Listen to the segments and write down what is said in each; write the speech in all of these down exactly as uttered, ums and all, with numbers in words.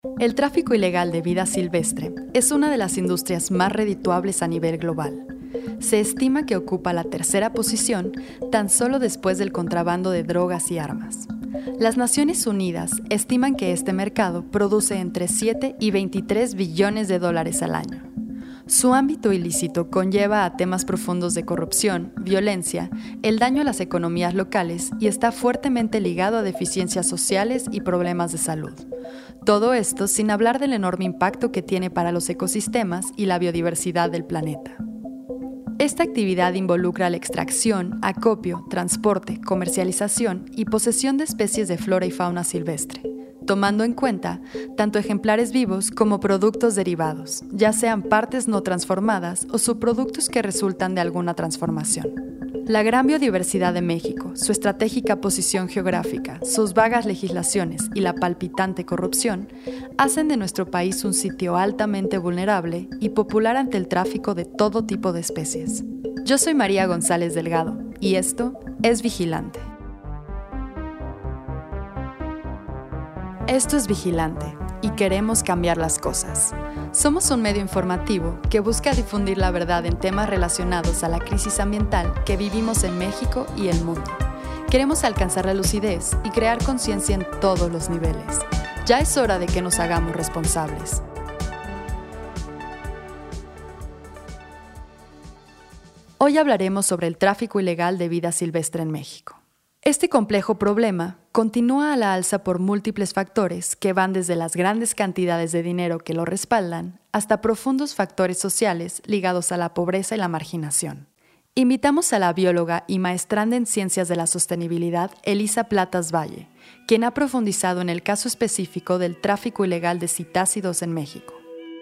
El tráfico ilegal de vida silvestre es una de las industrias más redituables a nivel global. Se estima que ocupa la tercera posición tan solo después del contrabando de drogas y armas. Las Naciones Unidas estiman que este mercado produce entre siete y veintitrés billones de dólares al año. Su ámbito ilícito conlleva a temas profundos de corrupción, violencia, el daño a las economías locales y está fuertemente ligado a deficiencias sociales y problemas de salud. Todo esto sin hablar del enorme impacto que tiene para los ecosistemas y la biodiversidad del planeta. Esta actividad involucra la extracción, acopio, transporte, comercialización y posesión de especies de flora y fauna silvestre, tomando en cuenta tanto ejemplares vivos como productos derivados, ya sean partes no transformadas o subproductos que resultan de alguna transformación. La gran biodiversidad de México, su estratégica posición geográfica, sus vagas legislaciones y la palpitante corrupción hacen de nuestro país un sitio altamente vulnerable y popular ante el tráfico de todo tipo de especies. Yo soy María González Delgado y esto es Vigilante. Esto es Vigilante y queremos cambiar las cosas. Somos un medio informativo que busca difundir la verdad en temas relacionados a la crisis ambiental que vivimos en México y el mundo. Queremos alcanzar la lucidez y crear conciencia en todos los niveles. Ya es hora de que nos hagamos responsables. Hoy hablaremos sobre el tráfico ilegal de vida silvestre en México. Este complejo problema continúa a la alza por múltiples factores que van desde las grandes cantidades de dinero que lo respaldan hasta profundos factores sociales ligados a la pobreza y la marginación. Invitamos a la bióloga y maestranda en Ciencias de la Sostenibilidad, Elisa Platas Valle, quien ha profundizado en el caso específico del tráfico ilegal de citácidos en México.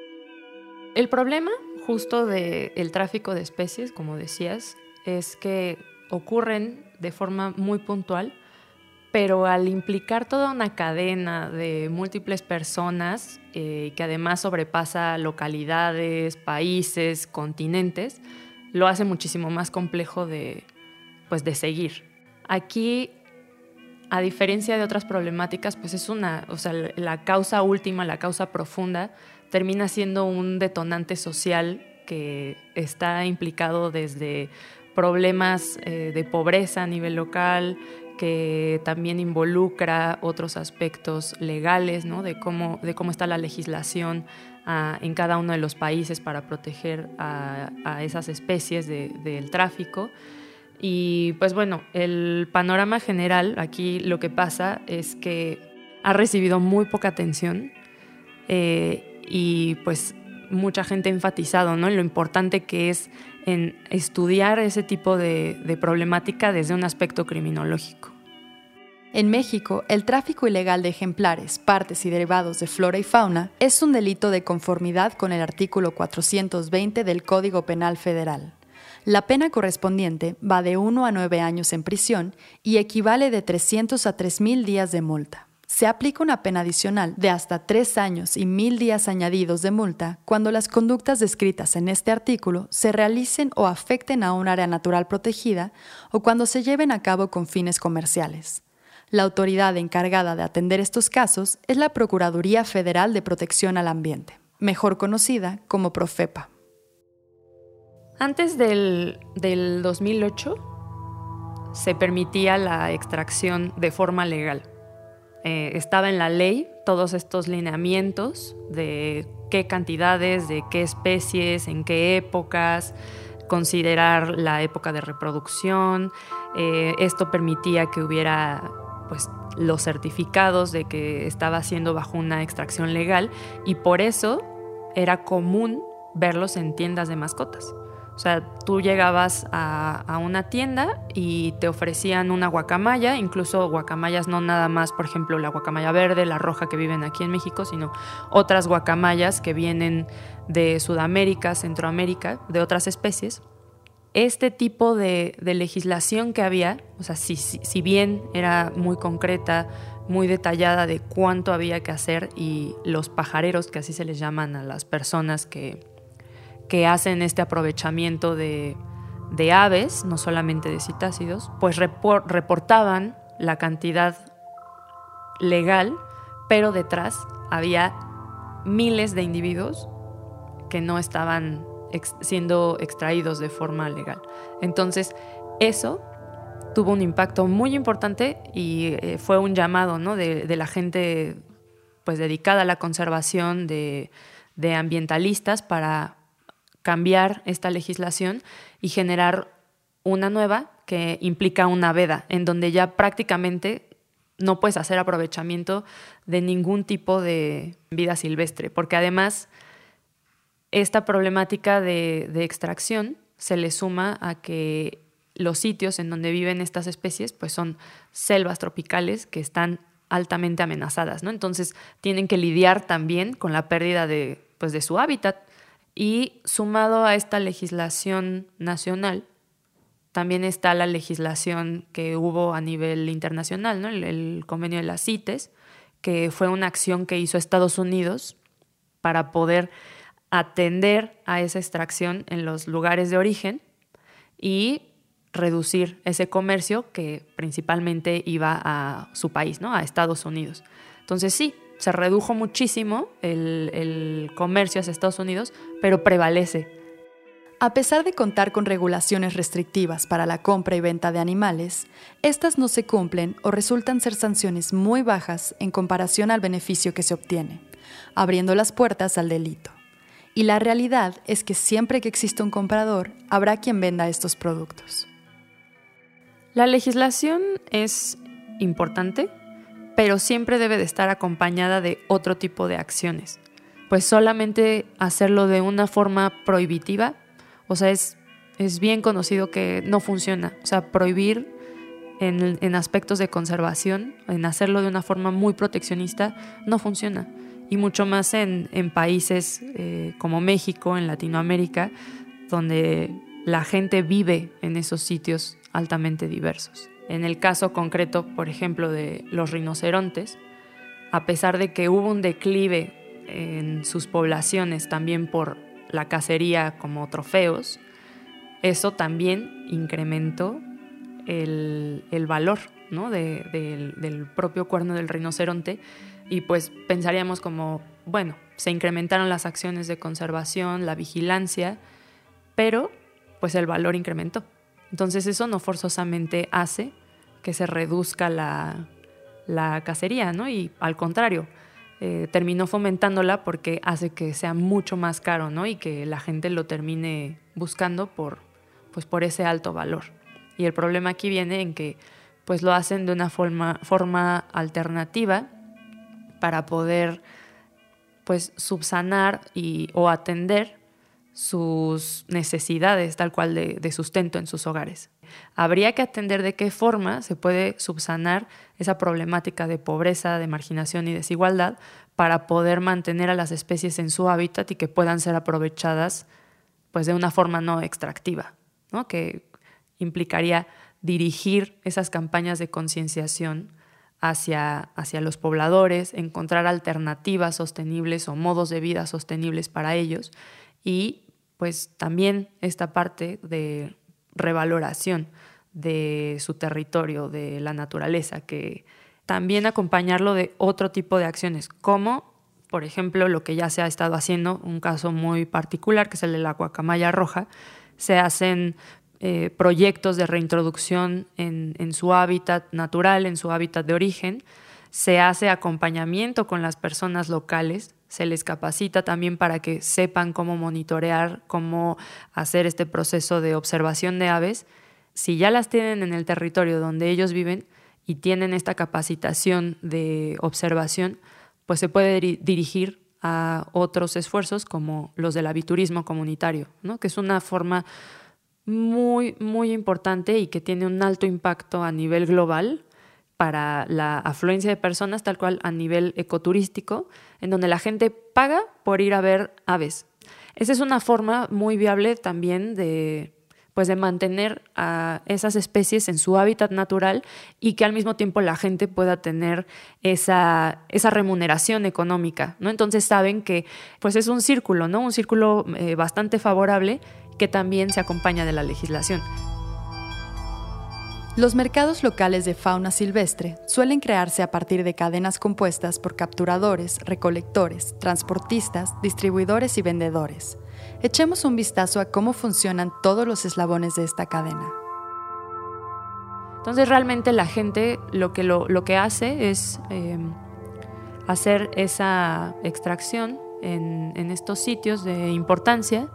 El problema justo del tráfico de especies, como decías, es que ocurren de forma muy puntual, pero al implicar toda una cadena de múltiples personas eh, que además sobrepasa localidades, países, continentes, lo hace muchísimo más complejo de, pues, de seguir. Aquí, a diferencia de otras problemáticas, pues es una, o sea, la causa última, la causa profunda, termina siendo un detonante social que está implicado desde problemas eh, de pobreza a nivel local, que también involucra otros aspectos legales, ¿no? de, cómo, de cómo está la legislación uh, en cada uno de los países para proteger a, a esas especies de, del tráfico. Y pues bueno, el panorama general aquí lo que pasa es que ha recibido muy poca atención eh, y pues mucha gente ha enfatizado, ¿no?, en lo importante que es en estudiar ese tipo de, de problemática desde un aspecto criminológico. En México, el tráfico ilegal de ejemplares, partes y derivados de flora y fauna es un delito de conformidad con el artículo cuatrocientos veinte del Código Penal Federal. La pena correspondiente va de uno a nueve años en prisión y equivale de trescientos a tres mil días de multa. Se aplica una pena adicional de hasta tres años y mil días añadidos de multa cuando las conductas descritas en este artículo se realicen o afecten a un área natural protegida o cuando se lleven a cabo con fines comerciales. La autoridad encargada de atender estos casos es la Procuraduría Federal de Protección al Ambiente, mejor conocida como Profepa. Antes del, del dos mil ocho se permitía la extracción de forma legal. Eh, estaba en la ley todos estos lineamientos de qué cantidades, de qué especies, en qué épocas, considerar la época de reproducción. Eh, esto permitía que hubiera pues, los certificados de que estaba haciendo bajo una extracción legal y por eso era común verlos en tiendas de mascotas. O sea, tú llegabas a, a una tienda y te ofrecían una guacamaya, incluso guacamayas no nada más, por ejemplo, la guacamaya verde, la roja que viven aquí en México, sino otras guacamayas que vienen de Sudamérica, Centroamérica, de otras especies. Este tipo de, de legislación que había, o sea, si, si, si bien era muy concreta, muy detallada de cuánto había que hacer y los pajareros, que así se les llaman a las personas que... que hacen este aprovechamiento de, de aves, no solamente de citácidos, pues repor, reportaban la cantidad legal, pero detrás había miles de individuos que no estaban ex- siendo extraídos de forma legal. Entonces, eso tuvo un impacto muy importante y eh, fue un llamado, ¿no?, de, de la gente pues, dedicada a la conservación, de, de ambientalistas, para cambiar esta legislación y generar una nueva que implica una veda, en donde ya prácticamente no puedes hacer aprovechamiento de ningún tipo de vida silvestre, porque además esta problemática de, de extracción se le suma a que los sitios en donde viven estas especies pues son selvas tropicales que están altamente amenazadas, ¿no? Entonces tienen que lidiar también con la pérdida de, pues, de su hábitat. Y sumado a esta legislación nacional, también está la legislación que hubo a nivel internacional, ¿no? El, el convenio de las CITES, que fue una acción que hizo Estados Unidos para poder atender a esa extracción en los lugares de origen y reducir ese comercio que principalmente iba a su país, ¿no?, a Estados Unidos. Entonces sí, se redujo muchísimo el, el comercio hacia Estados Unidos, pero prevalece. A pesar de contar con regulaciones restrictivas para la compra y venta de animales, estas no se cumplen o resultan ser sanciones muy bajas en comparación al beneficio que se obtiene, abriendo las puertas al delito. Y la realidad es que siempre que exista un comprador, habrá quien venda estos productos. La legislación es importante, pero siempre debe de estar acompañada de otro tipo de acciones. Pues solamente hacerlo de una forma prohibitiva, o sea, es, es bien conocido que no funciona. O sea, prohibir en, en aspectos de conservación, en hacerlo de una forma muy proteccionista, no funciona. Y mucho más en, en países eh, como México, en Latinoamérica, donde la gente vive en esos sitios altamente diversos. En el caso concreto, por ejemplo, de los rinocerontes, a pesar de que hubo un declive en sus poblaciones también por la cacería como trofeos, eso también incrementó el, el valor, ¿no?, de, de, del propio cuerno del rinoceronte. Y pues pensaríamos como, bueno, se incrementaron las acciones de conservación, la vigilancia, pero pues el valor incrementó. Entonces eso no forzosamente hace que se reduzca la, la cacería, ¿no? Y al contrario, eh, terminó fomentándola porque hace que sea mucho más caro, ¿no? Y que la gente lo termine buscando por, pues por ese alto valor. Y el problema aquí viene en que pues lo hacen de una forma, forma alternativa para poder pues subsanar y, o atender sus necesidades tal cual de, de sustento en sus hogares. Habría que atender de qué forma se puede subsanar esa problemática de pobreza, de marginación y desigualdad para poder mantener a las especies en su hábitat y que puedan ser aprovechadas pues, de una forma no extractiva, ¿no? Que implicaría dirigir esas campañas de concienciación hacia, hacia los pobladores, encontrar alternativas sostenibles o modos de vida sostenibles para ellos y pues también esta parte de revaloración de su territorio, de la naturaleza, que también acompañarlo de otro tipo de acciones, como por ejemplo lo que ya se ha estado haciendo, un caso muy particular que es el de la guacamaya roja. Se hacen eh, proyectos de reintroducción en, en su hábitat natural, en su hábitat de origen, se hace acompañamiento con las personas locales, se les capacita también para que sepan cómo monitorear, cómo hacer este proceso de observación de aves. Si ya las tienen en el territorio donde ellos viven y tienen esta capacitación de observación, pues se puede dir- dirigir a otros esfuerzos como los del aviturismo comunitario, ¿no? Que es una forma muy, muy importante y que tiene un alto impacto a nivel global para la afluencia de personas, tal cual a nivel ecoturístico, en donde la gente paga por ir a ver aves. Esa es una forma muy viable también de, pues de mantener a esas especies en su hábitat natural y que al mismo tiempo la gente pueda tener esa, esa remuneración económica, ¿no? Entonces saben que pues es un círculo, ¿no? Un círculo eh, bastante favorable que también se acompaña de la legislación. Los mercados locales de fauna silvestre suelen crearse a partir de cadenas compuestas por capturadores, recolectores, transportistas, distribuidores y vendedores. Echemos un vistazo a cómo funcionan todos los eslabones de esta cadena. Entonces realmente la gente lo que, lo, lo que hace es eh, hacer esa extracción en, en estos sitios de importancia,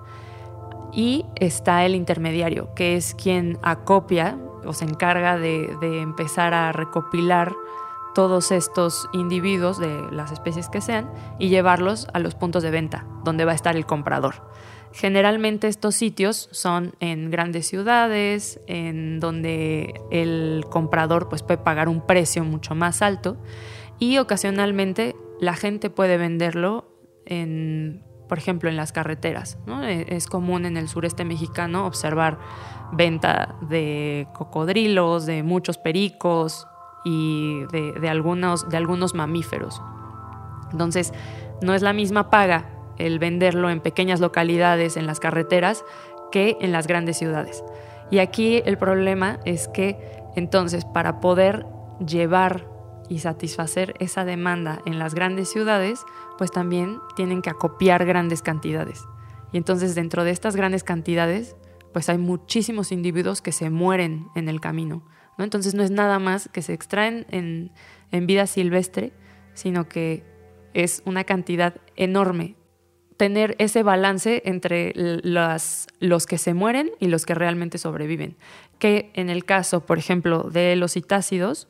y está el intermediario, que es quien acopia o se encarga de, de empezar a recopilar todos estos individuos de las especies que sean y llevarlos a los puntos de venta, donde va a estar el comprador. Generalmente estos sitios son en grandes ciudades, en donde el comprador pues, puede pagar un precio mucho más alto, y ocasionalmente la gente puede venderlo en, por ejemplo, en las carreteras, ¿no? Es común en el sureste mexicano observar venta de cocodrilos, de muchos pericos y de, de, algunos, de algunos mamíferos. Entonces, no es la misma paga el venderlo en pequeñas localidades, en las carreteras, que en las grandes ciudades. Y aquí el problema es que, entonces, para poder llevar y satisfacer esa demanda en las grandes ciudades, pues también tienen que acopiar grandes cantidades. Y entonces, dentro de estas grandes cantidades, pues hay muchísimos individuos que se mueren en el camino, ¿no? Entonces no es nada más que se extraen en, en vida silvestre, sino que es una cantidad enorme. Tener ese balance entre las, los que se mueren y los que realmente sobreviven. Que en el caso, por ejemplo, de los citácidos,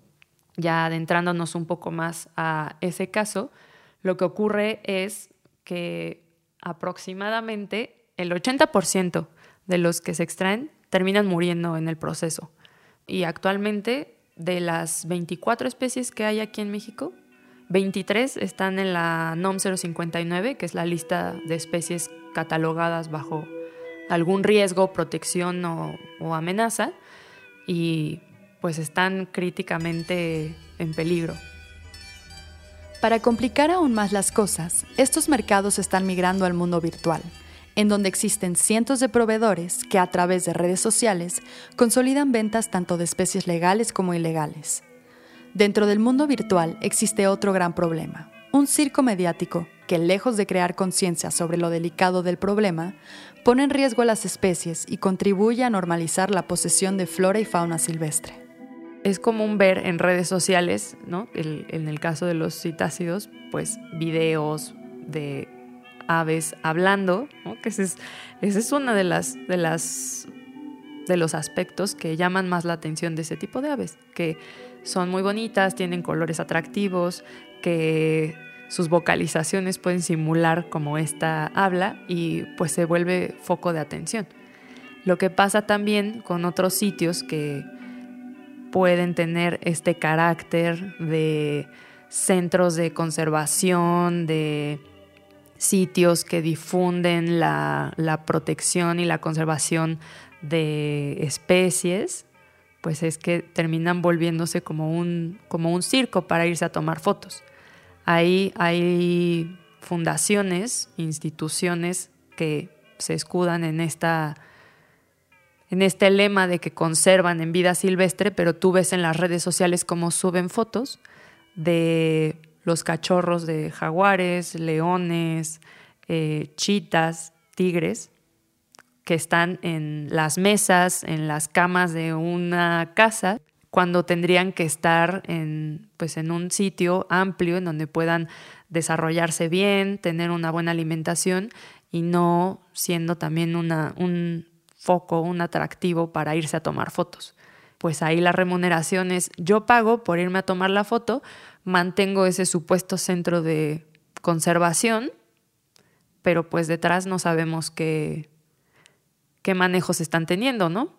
ya adentrándonos un poco más a ese caso, lo que ocurre es que aproximadamente el ochenta por ciento de los que se extraen terminan muriendo en el proceso. Y actualmente, de las veinticuatro especies que hay aquí en México, veintitrés están en la NOM cero cincuenta y nueve, que es la lista de especies catalogadas bajo algún riesgo, protección o, o amenaza, y pues están críticamente en peligro. Para complicar aún más las cosas, estos mercados están migrando al mundo virtual, en donde existen cientos de proveedores que a través de redes sociales consolidan ventas tanto de especies legales como ilegales. Dentro del mundo virtual existe otro gran problema, un circo mediático que, lejos de crear conciencia sobre lo delicado del problema, pone en riesgo a las especies y contribuye a normalizar la posesión de flora y fauna silvestre. Es común ver en redes sociales, ¿no? El, en el caso de los citácidos, pues videos de aves hablando, ¿no? Que ese es, ese es uno de las, de las de los aspectos que llaman más la atención de ese tipo de aves, que son muy bonitas, tienen colores atractivos, que sus vocalizaciones pueden simular como esta habla y pues se vuelve foco de atención. Lo que pasa también con otros sitios que pueden tener este carácter de centros de conservación, de sitios que difunden la, la protección y la conservación de especies, pues es que terminan volviéndose como un, como un circo para irse a tomar fotos. Ahí hay fundaciones, instituciones que se escudan en esta, en este lema de que conservan en vida silvestre, pero tú ves en las redes sociales cómo suben fotos de los cachorros de jaguares, leones, eh, chitas, tigres, que están en las mesas, en las camas de una casa, cuando tendrían que estar en, pues en un sitio amplio en donde puedan desarrollarse bien, tener una buena alimentación y no siendo también una, un foco, un atractivo para irse a tomar fotos. Pues ahí la remuneración es, yo pago por irme a tomar la foto, mantengo ese supuesto centro de conservación, pero pues detrás no sabemos qué, qué manejos están teniendo, ¿no?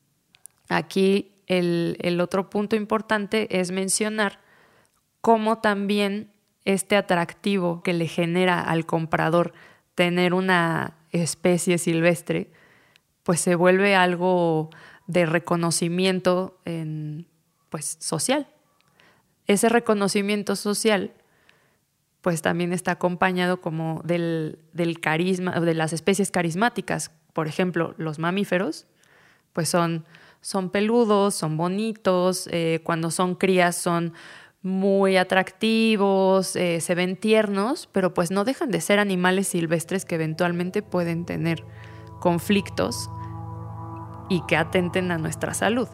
Aquí el, el otro punto importante es mencionar cómo también este atractivo que le genera al comprador tener una especie silvestre, pues se vuelve algo de reconocimiento en, pues, social. Ese reconocimiento social pues también está acompañado como del, del carisma, de las especies carismáticas. Por ejemplo, los mamíferos pues son, son peludos, son bonitos, eh, cuando son crías son muy atractivos, eh, se ven tiernos, pero pues no dejan de ser animales silvestres que eventualmente pueden tener conflictos y que atenten a nuestra salud.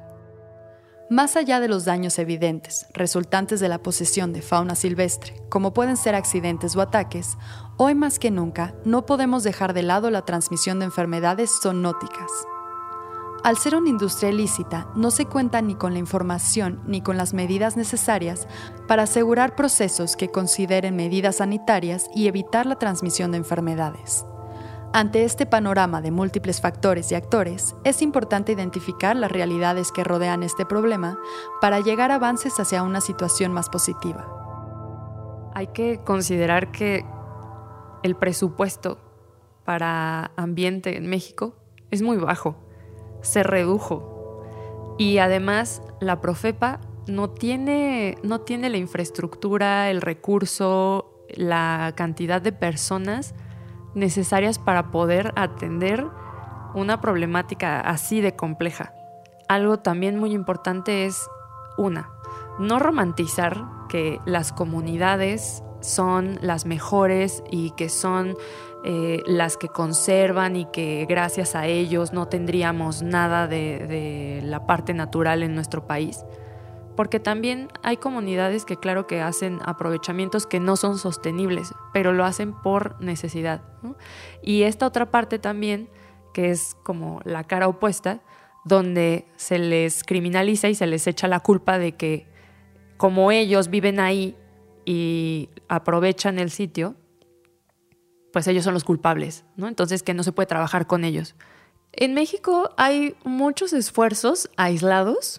Más allá de los daños evidentes resultantes de la posesión de fauna silvestre, como pueden ser accidentes o ataques, hoy más que nunca no podemos dejar de lado la transmisión de enfermedades zoonóticas. Al ser una industria ilícita, no se cuenta ni con la información ni con las medidas necesarias para asegurar procesos que consideren medidas sanitarias y evitar la transmisión de enfermedades. Ante este panorama de múltiples factores y actores, es importante identificar las realidades que rodean este problema para llegar a avances hacia una situación más positiva. Hay que considerar que el presupuesto para ambiente en México es muy bajo, se redujo y además la Profepa no tiene, no tiene la infraestructura, el recurso, la cantidad de personas necesarias para poder atender una problemática así de compleja. Algo también muy importante es, una, no romantizar que las comunidades son las mejores y que son eh, las que conservan y que gracias a ellos no tendríamos nada de, de la parte natural en nuestro país. Porque también hay comunidades que claro que hacen aprovechamientos que no son sostenibles, pero lo hacen por necesidad, ¿no? Y esta otra parte también, que es como la cara opuesta, donde se les criminaliza y se les echa la culpa de que como ellos viven ahí y aprovechan el sitio, pues ellos son los culpables, ¿no? Entonces que no se puede trabajar con ellos. En México hay muchos esfuerzos aislados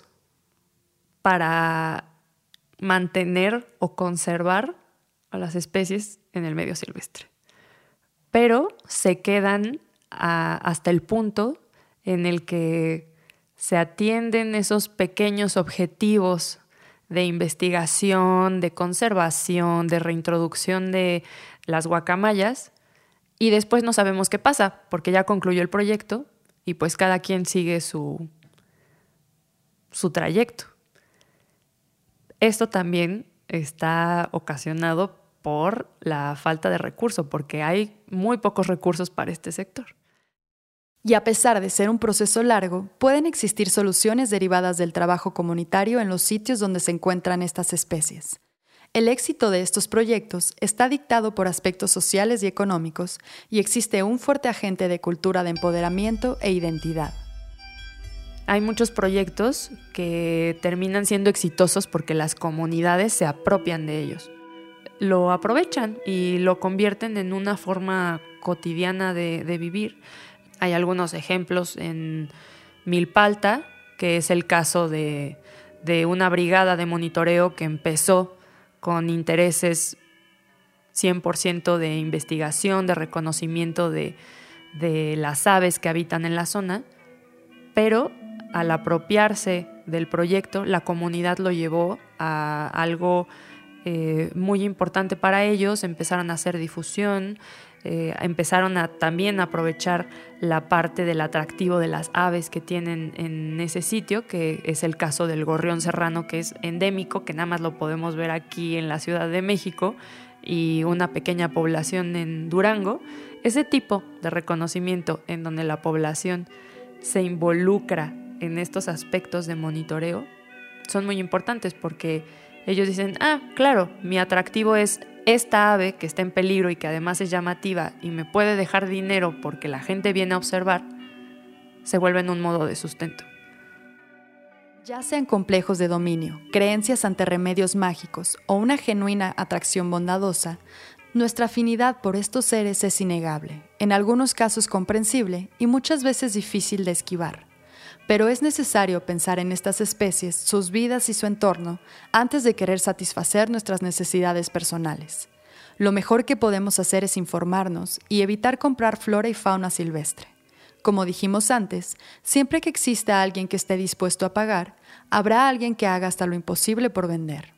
para mantener o conservar a las especies en el medio silvestre. Pero se quedan a, hasta el punto en el que se atienden esos pequeños objetivos de investigación, de conservación, de reintroducción de las guacamayas y después no sabemos qué pasa porque ya concluyó el proyecto y pues cada quien sigue su, su trayecto. Esto también está ocasionado por la falta de recursos, porque hay muy pocos recursos para este sector. Y a pesar de ser un proceso largo, pueden existir soluciones derivadas del trabajo comunitario en los sitios donde se encuentran estas especies. El éxito de estos proyectos está dictado por aspectos sociales y económicos, y existe un fuerte agente de cultura de empoderamiento e identidad. Hay muchos proyectos que terminan siendo exitosos porque las comunidades se apropian de ellos. Lo aprovechan y lo convierten en una forma cotidiana de, de vivir. Hay algunos ejemplos en Milpalta, que es el caso de, de una brigada de monitoreo que empezó con intereses cien por ciento de investigación, de reconocimiento de, de las aves que habitan en la zona, pero al apropiarse del proyecto, la comunidad lo llevó a algo eh, muy importante para ellos, empezaron a hacer difusión, eh, empezaron a también aprovechar la parte del atractivo de las aves que tienen en ese sitio, que es el caso del gorrión serrano, que es endémico, que nada más lo podemos ver aquí en la Ciudad de México y una pequeña población en Durango. Ese tipo de reconocimiento en donde la población se involucra en estos aspectos de monitoreo son muy importantes porque ellos dicen, ah, claro, mi atractivo es esta ave que está en peligro y que además es llamativa y me puede dejar dinero porque la gente viene a observar, se vuelven un modo de sustento. Ya sean complejos de dominio, creencias ante remedios mágicos o una genuina atracción bondadosa, nuestra afinidad por estos seres es innegable, en algunos casos comprensible y muchas veces difícil de esquivar. Pero es necesario pensar en estas especies, sus vidas y su entorno, antes de querer satisfacer nuestras necesidades personales. Lo mejor que podemos hacer es informarnos y evitar comprar flora y fauna silvestre. Como dijimos antes, siempre que exista alguien que esté dispuesto a pagar, habrá alguien que haga hasta lo imposible por vender.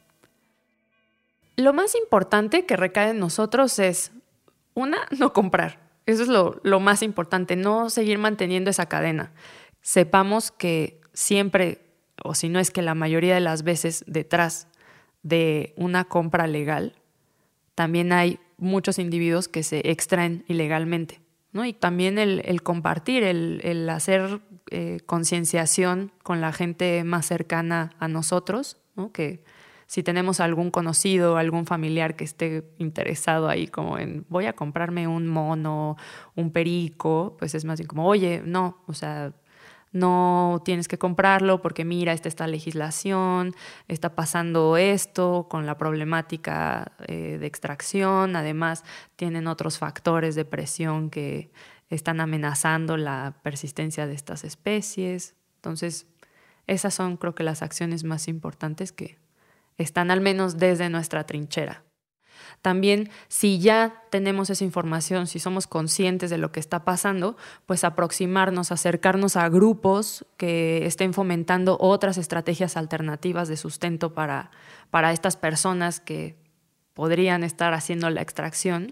Lo más importante que recae en nosotros es, una, no comprar. Eso es lo, lo más importante, no seguir manteniendo esa cadena. Sepamos que siempre, o si no es que la mayoría de las veces, detrás de una compra legal, también hay muchos individuos que se extraen ilegalmente, ¿no? Y también el, el compartir, el, el hacer eh, concienciación con la gente más cercana a nosotros, ¿no? Que si tenemos algún conocido, algún familiar que esté interesado ahí como en voy a comprarme un mono, un perico, pues es más bien como, oye, no, o sea, no tienes que comprarlo porque mira, esta esta legislación, está pasando esto con la problemática eh, de extracción, además tienen otros factores de presión que están amenazando la persistencia de estas especies. Entonces, esas son creo que las acciones más importantes que están al menos desde nuestra trinchera. También, si ya tenemos esa información, si somos conscientes de lo que está pasando, pues aproximarnos, acercarnos a grupos que estén fomentando otras estrategias alternativas de sustento para, para estas personas que podrían estar haciendo la extracción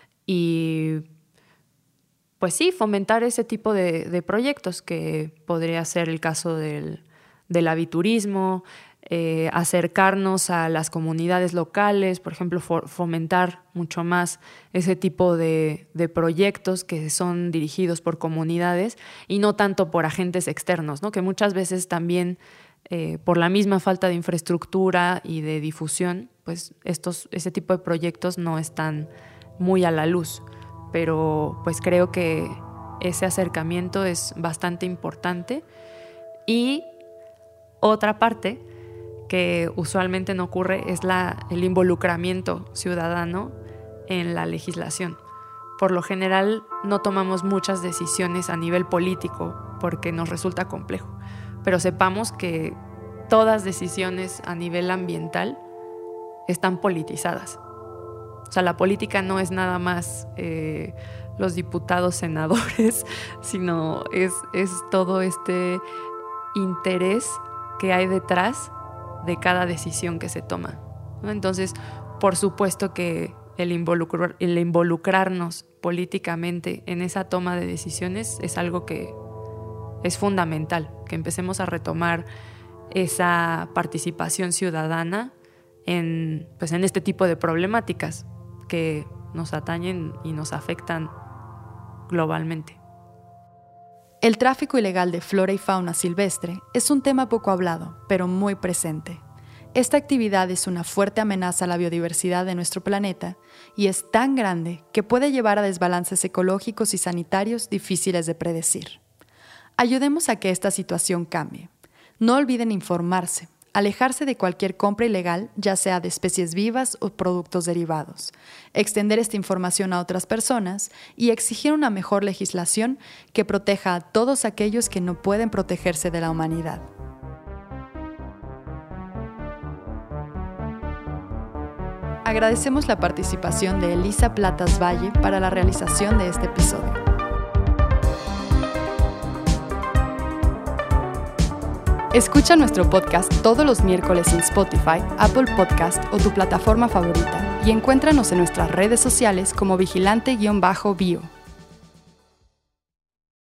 y pues sí, fomentar ese tipo de, de proyectos que podría ser el caso del, del aviturismo, Eh, acercarnos a las comunidades locales, por ejemplo, for, fomentar mucho más ese tipo de, de proyectos que son dirigidos por comunidades y no tanto por agentes externos, ¿no? Que muchas veces también eh, por la misma falta de infraestructura y de difusión, pues estos, ese tipo de proyectos no están muy a la luz. Pero pues creo que ese acercamiento es bastante importante. Y otra parte que usualmente no ocurre es la, el involucramiento ciudadano en la legislación. Por lo general no tomamos muchas decisiones a nivel político porque nos resulta complejo, pero sepamos que todas decisiones a nivel ambiental están politizadas. O sea, la política no es nada más eh, los diputados, senadores, sino es, es todo este interés que hay detrás de cada decisión que se toma, ¿no? Entonces, por supuesto que el, involucrar, el involucrarnos políticamente en esa toma de decisiones es algo que es fundamental, que empecemos a retomar esa participación ciudadana en, pues, en este tipo de problemáticas que nos atañen y nos afectan globalmente. El tráfico ilegal de flora y fauna silvestre es un tema poco hablado, pero muy presente. Esta actividad es una fuerte amenaza a la biodiversidad de nuestro planeta y es tan grande que puede llevar a desbalances ecológicos y sanitarios difíciles de predecir. Ayudemos a que esta situación cambie. No olviden informarse, alejarse de cualquier compra ilegal, ya sea de especies vivas o productos derivados, extender esta información a otras personas y exigir una mejor legislación que proteja a todos aquellos que no pueden protegerse de la humanidad. Agradecemos la participación de Elisa Platas Valle para la realización de este episodio. Escucha nuestro podcast todos los miércoles en Spotify, Apple Podcast o tu plataforma favorita y encuéntranos en nuestras redes sociales como vigilante-bio.